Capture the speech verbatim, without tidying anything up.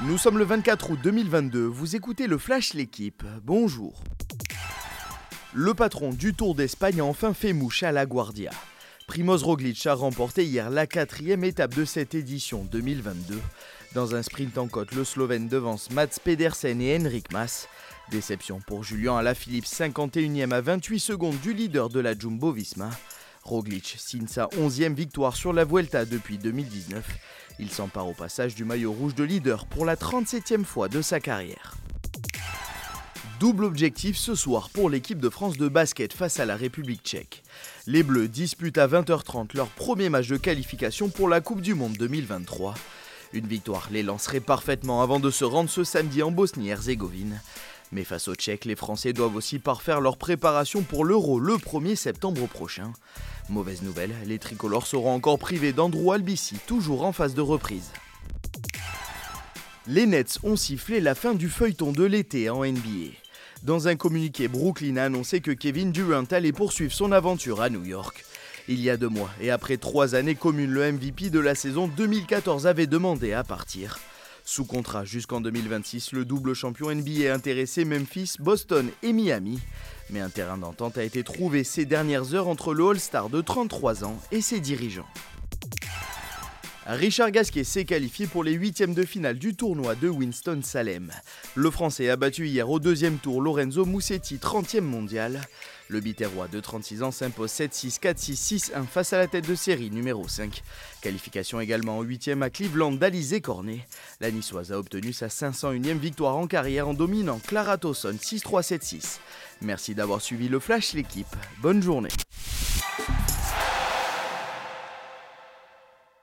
Nous sommes le vingt-quatre août deux mille vingt-deux, vous écoutez le Flash L'équipe, bonjour. Le patron du Tour d'Espagne a enfin fait mouche à La Guardia. Primož Roglič a remporté hier la quatrième étape de cette édition deux mille vingt-deux. Dans un sprint en côte, le Slovène devance Mats Pedersen et Enric Mas. Déception pour Julian Alaphilippe, cinquante et unième à vingt-huit secondes du leader de la Jumbo-Visma. Roglič signe sa onzième victoire sur la Vuelta depuis deux mille dix-neuf. Il s'empare au passage du maillot rouge de leader pour la trente-septième fois de sa carrière. Double objectif ce soir pour l'équipe de France de basket face à la République tchèque. Les Bleus disputent à vingt heures trente leur premier match de qualification pour la Coupe du Monde deux mille vingt-trois. Une victoire les lancerait parfaitement avant de se rendre ce samedi en Bosnie-Herzégovine. Mais face aux Tchèques, les Français doivent aussi parfaire leur préparation pour l'Euro le premier septembre prochain. Mauvaise nouvelle, les tricolores seront encore privés d'Andrew Albici, toujours en phase de reprise. Les Nets ont sifflé la fin du feuilleton de l'été en N B A. Dans un communiqué, Brooklyn a annoncé que Kevin Durant allait poursuivre son aventure à New York. Il y a deux mois, et après trois années communes, le M V P de la saison deux mille quatorze avait demandé à partir. Sous contrat jusqu'en deux mille vingt-six, le double champion N B A intéressait Memphis, Boston et Miami. Mais un terrain d'entente a été trouvé ces dernières heures entre le All-Star de trente-trois ans et ses dirigeants. Richard Gasquet s'est qualifié pour les huitièmes de finale du tournoi de Winston-Salem. Le Français a battu hier au deuxième tour Lorenzo Musetti, trentième mondial. Le Biterrois de trente-six ans s'impose sept six, quatre six, six un face à la tête de série numéro cinq. Qualification également en huitième à Cleveland d'Alizé Cornet. La Niçoise a obtenu sa cinq cent unième victoire en carrière en dominant Clara Tauson six trois sept six. Merci d'avoir suivi le Flash L'équipe. Bonne journée.